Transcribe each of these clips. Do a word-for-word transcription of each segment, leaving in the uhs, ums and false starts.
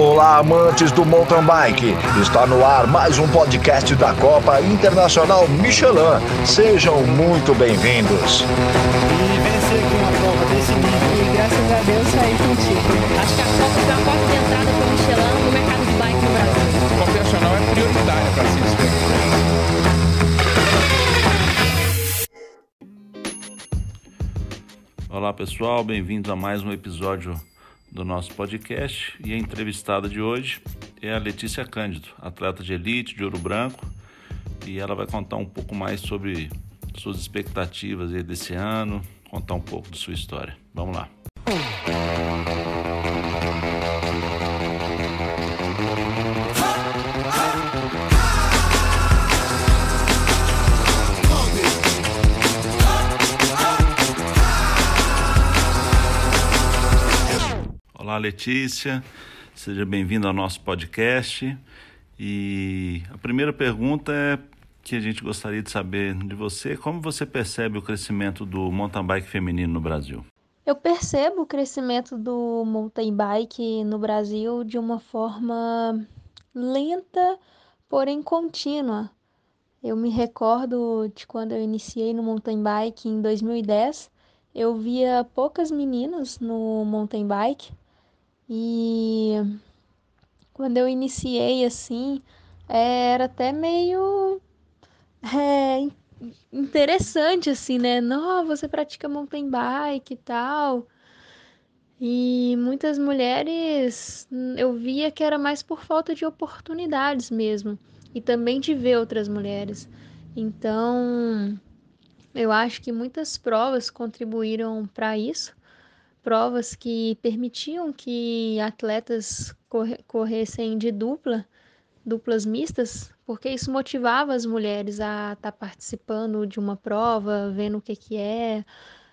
Olá, amantes do mountain bike! Está no ar mais um podcast da Copa Internacional Michelin. Sejam muito bem-vindos. E vencer aqui uma prova desse nível. E graças a Deus saí contigo. Acho que a Copa foi a porta de entrada para o Michelin no mercado de bike no Brasil. A Copa Nacional é prioritária para se inscrever. Olá pessoal, bem-vindos a mais um episódio do nosso podcast. E a entrevistada de hoje é a Letícia Cândido, atleta de elite de Ouro Branco, e ela vai contar um pouco mais sobre suas expectativas aí desse ano, contar um pouco de sua história. Vamos lá. Olá, Letícia, seja bem-vinda ao nosso podcast. E a primeira pergunta é que a gente gostaria de saber de você: como você percebe o crescimento do mountain bike feminino no Brasil? Eu percebo o crescimento do mountain bike no Brasil de uma forma lenta, porém contínua. Eu me recordo de quando eu iniciei no mountain bike em dois mil e dez, eu via poucas meninas no mountain bike. E quando eu iniciei assim, era até meio é, interessante assim, né? Não, você pratica mountain bike e tal. E muitas mulheres eu via que era mais por falta de oportunidades mesmo. E também de ver outras mulheres. Então, eu acho que muitas provas contribuíram para isso. Provas que permitiam que atletas corre- corressem de dupla, duplas mistas, porque isso motivava as mulheres a estar participando de uma prova, vendo o que que é,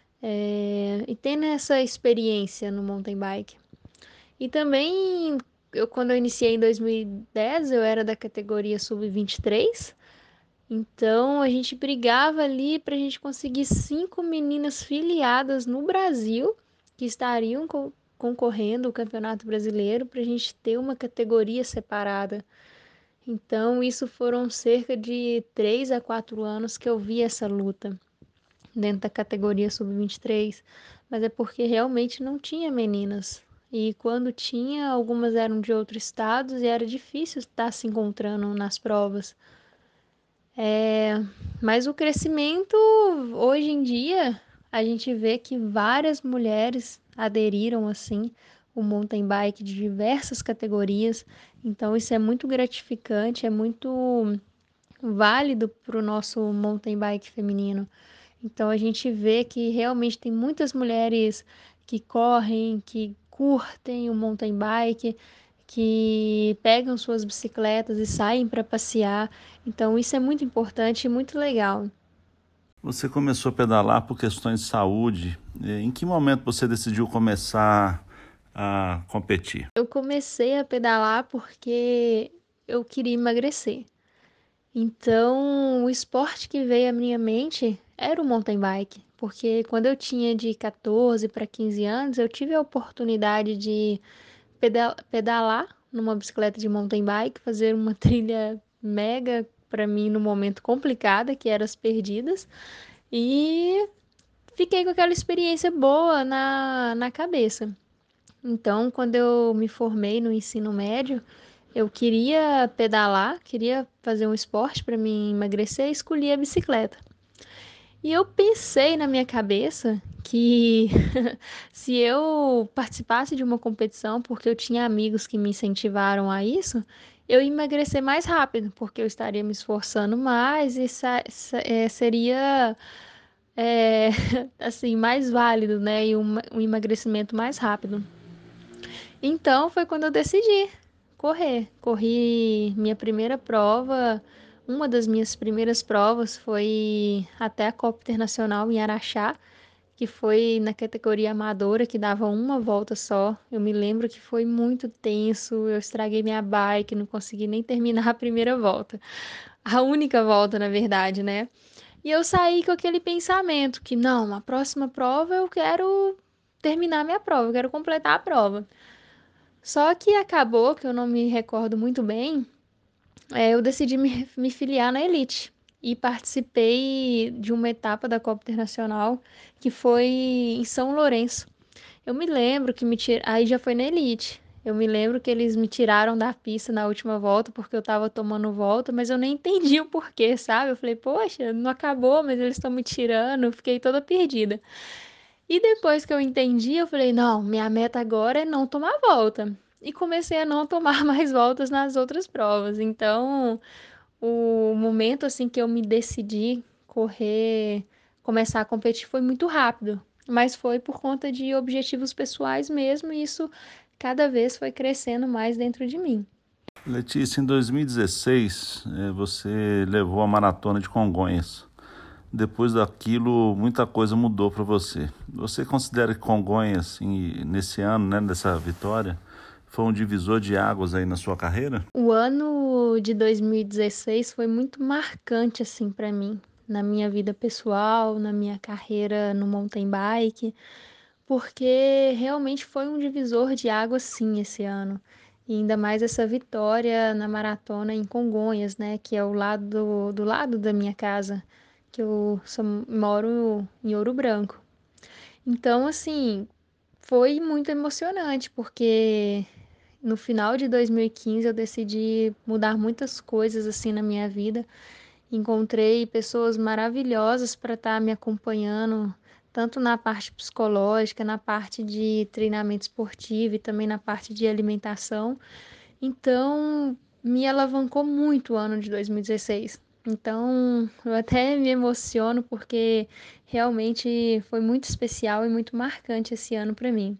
é, e tendo essa experiência no mountain bike. E também, eu, quando eu iniciei em dois mil e dez, eu era da categoria sub vinte e três, então a gente brigava ali para a gente conseguir cinco meninas filiadas no Brasil que estariam co- concorrendo ao Campeonato Brasileiro para a gente ter uma categoria separada. Então isso foram cerca de três a quatro anos que eu vi essa luta dentro da categoria sub vinte e três, mas é porque realmente não tinha meninas. E quando tinha, algumas eram de outros estados e era difícil estar se encontrando nas provas. É, mas o crescimento, hoje em dia, a gente vê que várias mulheres aderiram assim o mountain bike de diversas categorias. Então isso é muito gratificante, é muito válido para o nosso mountain bike feminino. Então a gente vê que realmente tem muitas mulheres que correm, que curtem o mountain bike, que pegam suas bicicletas e saem para passear. Então isso é muito importante e muito legal. Você começou a pedalar por questões de saúde. Em que momento você decidiu começar a competir? Eu comecei a pedalar porque eu queria emagrecer. Então, o esporte que veio à minha mente era o mountain bike, porque quando eu tinha de quatorze para quinze anos, eu tive a oportunidade de peda- pedalar numa bicicleta de mountain bike, fazer uma trilha mega para mim no momento complicada, que era as perdidas, e fiquei com aquela experiência boa na, na cabeça. Então, quando eu me formei no ensino médio, eu queria pedalar, queria fazer um esporte para me emagrecer e escolhi a bicicleta. E eu pensei na minha cabeça que se eu participasse de uma competição, porque eu tinha amigos que me incentivaram a isso, eu ia emagrecer mais rápido, porque eu estaria me esforçando mais e sa- sa- eh, seria eh, assim mais válido, né? E um, um emagrecimento mais rápido. Então foi quando eu decidi correr. Corri minha primeira prova, uma das minhas primeiras provas foi até a Copa Internacional em Araxá, que foi na categoria amadora, que dava uma volta só. Eu me lembro que foi muito tenso, eu estraguei minha bike, não consegui nem terminar a primeira volta. A única volta, na verdade, né? E eu saí com aquele pensamento que não, a próxima prova eu quero terminar minha prova, eu quero completar a prova. Só que acabou, que eu não me recordo muito bem, é, eu decidi me, me filiar na Elite e participei de uma etapa da Copa Internacional que foi em São Lourenço. Eu me lembro que me tir... aí já foi na Elite. Eu me lembro que eles me tiraram da pista na última volta porque eu tava tomando volta, mas eu nem entendi o porquê, sabe? Eu falei, poxa, não acabou, mas eles estão me tirando. Eu fiquei toda perdida. E depois que eu entendi, eu falei, não, minha meta agora é não tomar volta. E comecei a não tomar mais voltas nas outras provas. Então, o momento assim que eu me decidi correr, começar a competir foi muito rápido, mas foi por conta de objetivos pessoais mesmo, e isso cada vez foi crescendo mais dentro de mim. Letícia, em dois mil e dezesseis, eh, você levou a maratona de Congonhas. Depois daquilo, muita coisa mudou para você. Você considera que Congonhas, em- nesse ano, né, dessa vitória, foi um divisor de águas aí na sua carreira? O ano de dois mil e dezesseis foi muito marcante assim para mim, na minha vida pessoal, na minha carreira no mountain bike, porque realmente foi um divisor de águas sim esse ano. E ainda mais essa vitória na maratona em Congonhas, né, que é o lado do lado da minha casa, que eu só moro em Ouro Branco. Então, assim, foi muito emocionante, porque no final de dois mil e quinze eu decidi mudar muitas coisas assim na minha vida. Encontrei pessoas maravilhosas para estar me acompanhando, tanto na parte psicológica, na parte de treinamento esportivo e também na parte de alimentação. Então, me alavancou muito o ano de dois mil e dezesseis. Então, eu até me emociono porque realmente foi muito especial e muito marcante esse ano para mim.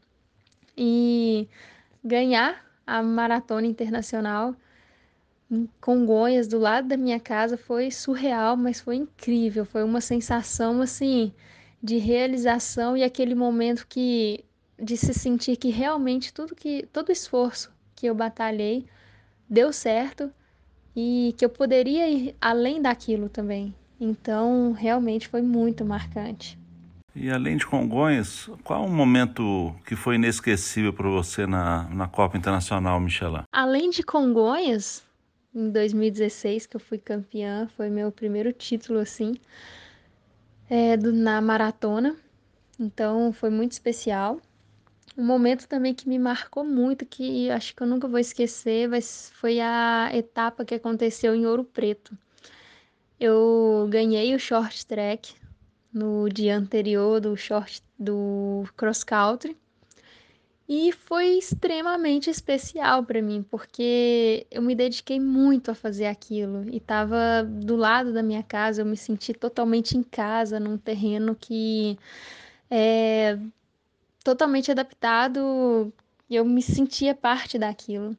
E ganhar a maratona internacional em Congonhas, do lado da minha casa, foi surreal, mas foi incrível. Foi uma sensação assim de realização e aquele momento que de se sentir que realmente tudo que todo esforço que eu batalhei deu certo e que eu poderia ir além daquilo também. Então, realmente foi muito marcante. E além de Congonhas, qual o momento que foi inesquecível para você na, na Copa Internacional Michelin? Além de Congonhas, em dois mil e dezesseis, que eu fui campeã, foi meu primeiro título assim, é, do, na maratona. Então foi muito especial. Um momento também que me marcou muito, que acho que eu nunca vou esquecer, mas foi a etapa que aconteceu em Ouro Preto. Eu ganhei o short track no dia anterior do short do cross country. E foi extremamente especial para mim, porque eu me dediquei muito a fazer aquilo e estava do lado da minha casa, eu me senti totalmente em casa, num terreno que é totalmente adaptado, e eu me sentia parte daquilo.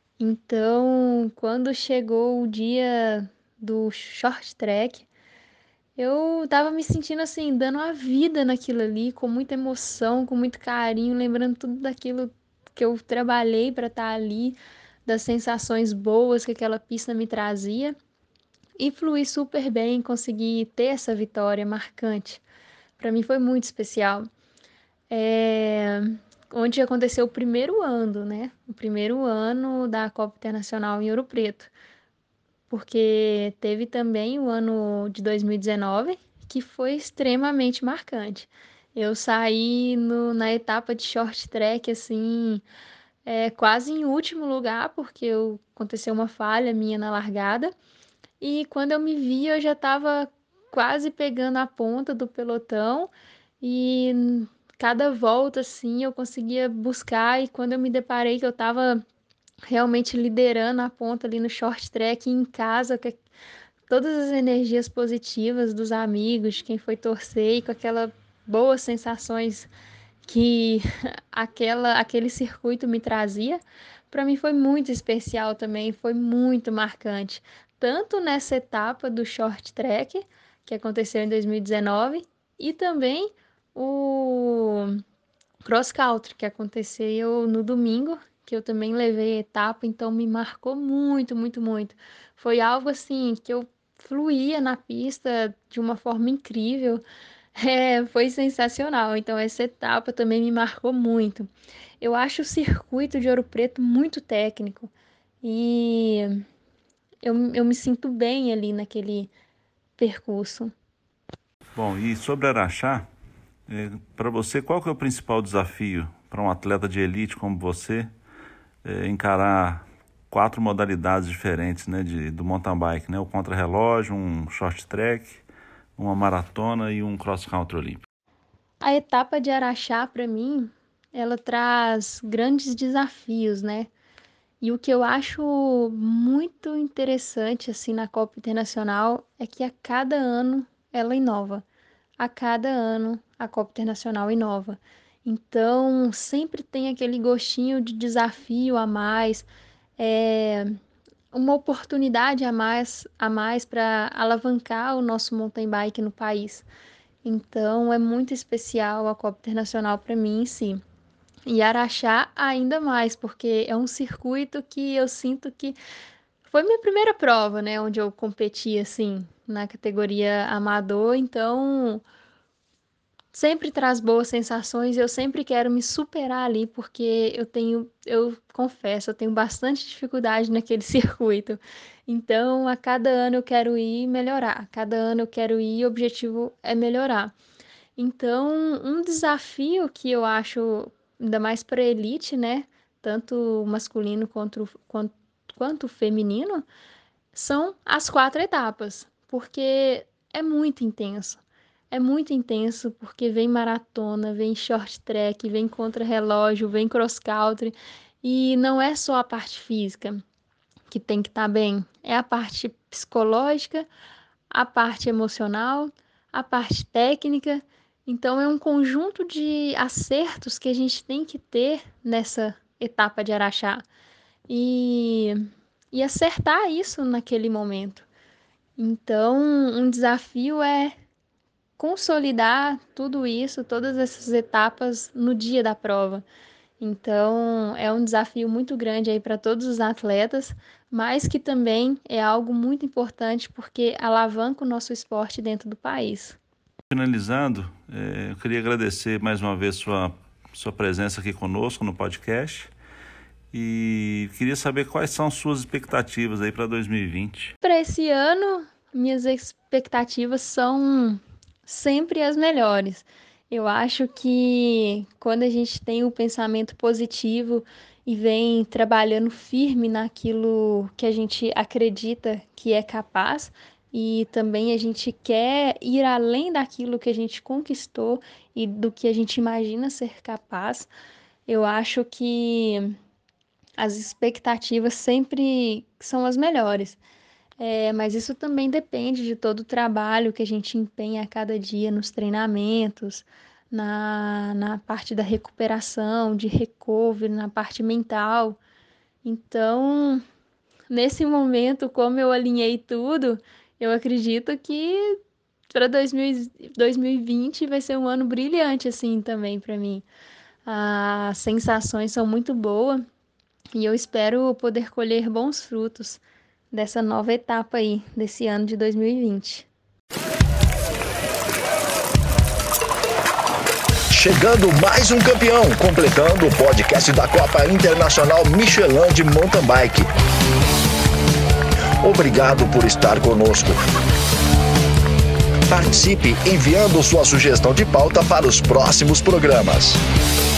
Então, quando chegou o dia do short track, eu tava me sentindo assim, dando a vida naquilo ali, com muita emoção, com muito carinho, lembrando tudo daquilo que eu trabalhei para estar ali, das sensações boas que aquela pista me trazia. E fluí super bem, consegui ter essa vitória marcante. Para mim foi muito especial. É... Onde aconteceu o primeiro ano, né? O primeiro ano da Copa Internacional em Ouro Preto, porque teve também o ano de dois mil e dezenove, que foi extremamente marcante. Eu saí no- na etapa de short track, assim, é, quase em último lugar, porque eu, aconteceu uma falha minha na largada, e quando eu me vi, eu já estava quase pegando a ponta do pelotão, e cada volta, assim, eu conseguia buscar, e quando eu me deparei que eu estava realmente liderando a ponta ali no short track em casa, com todas as energias positivas dos amigos, de quem foi torcer e com aquelas boas sensações que aquela, aquele circuito me trazia, para mim foi muito especial também, foi muito marcante. Tanto nessa etapa do short track, que aconteceu em dois mil e dezenove, e também o cross country, que aconteceu no domingo, que eu também levei a etapa, então me marcou muito, muito, muito. Foi algo assim que eu fluía na pista de uma forma incrível. É, foi sensacional. Então, essa etapa também me marcou muito. Eu acho o circuito de Ouro Preto muito técnico e eu, eu me sinto bem ali naquele percurso. Bom, e sobre Araxá, é, para você, qual que é o principal desafio para um atleta de elite como você é, encarar quatro modalidades diferentes, né, de, do mountain bike, né, o contrarrelógio, um short track, uma maratona e um cross-country olímpico? A etapa de Araxá, para mim, ela traz grandes desafios, né? E o que eu acho muito interessante assim na Copa Internacional é que a cada ano ela inova. A cada ano a Copa Internacional inova. Então, sempre tem aquele gostinho de desafio a mais, é, uma oportunidade a mais, a mais para alavancar o nosso mountain bike no país. Então, é muito especial a Copa Internacional para mim em si. E Araxá ainda mais, porque é um circuito que eu sinto que foi minha primeira prova, né, onde eu competi assim na categoria amador, então sempre traz boas sensações e eu sempre quero me superar ali, porque eu tenho, eu confesso, eu tenho bastante dificuldade naquele circuito. Então, a cada ano eu quero ir melhorar, a cada ano eu quero ir, o objetivo é melhorar. Então, um desafio que eu acho, ainda mais para elite, né? Tanto masculino quanto, quanto, quanto feminino, são as quatro etapas, porque é muito intenso. É muito intenso porque vem maratona, vem short track, vem contrarrelógio, vem cross country, e não é só a parte física que tem que estar bem, é a parte psicológica, a parte emocional, a parte técnica. Então, é um conjunto de acertos que a gente tem que ter nessa etapa de Araxá e, e acertar isso naquele momento. Então, um desafio é consolidar tudo isso, todas essas etapas no dia da prova. Então, é um desafio muito grande aí para todos os atletas, mas que também é algo muito importante porque alavanca o nosso esporte dentro do país. Finalizando, é, eu queria agradecer mais uma vez sua, sua presença aqui conosco no podcast e queria saber quais são suas expectativas aí para dois mil e vinte. Para esse ano, minhas expectativas são sempre as melhores. Eu acho que quando a gente tem um pensamento positivo e vem trabalhando firme naquilo que a gente acredita que é capaz, e também a gente quer ir além daquilo que a gente conquistou e do que a gente imagina ser capaz, eu acho que as expectativas sempre são as melhores. É, mas isso também depende de todo o trabalho que a gente empenha a cada dia nos treinamentos, na, na parte da recuperação, de recovery, na parte mental. Então, nesse momento, como eu alinhei tudo, eu acredito que para dois mil e vinte vai ser um ano brilhante assim também para mim. As sensações são muito boas e eu espero poder colher bons frutos dessa nova etapa aí, desse ano de dois mil e vinte. Chegando mais um campeão, completando o podcast da Copa Internacional Michelin de Mountain Bike. Obrigado por estar conosco. Participe enviando sua sugestão de pauta para os próximos programas.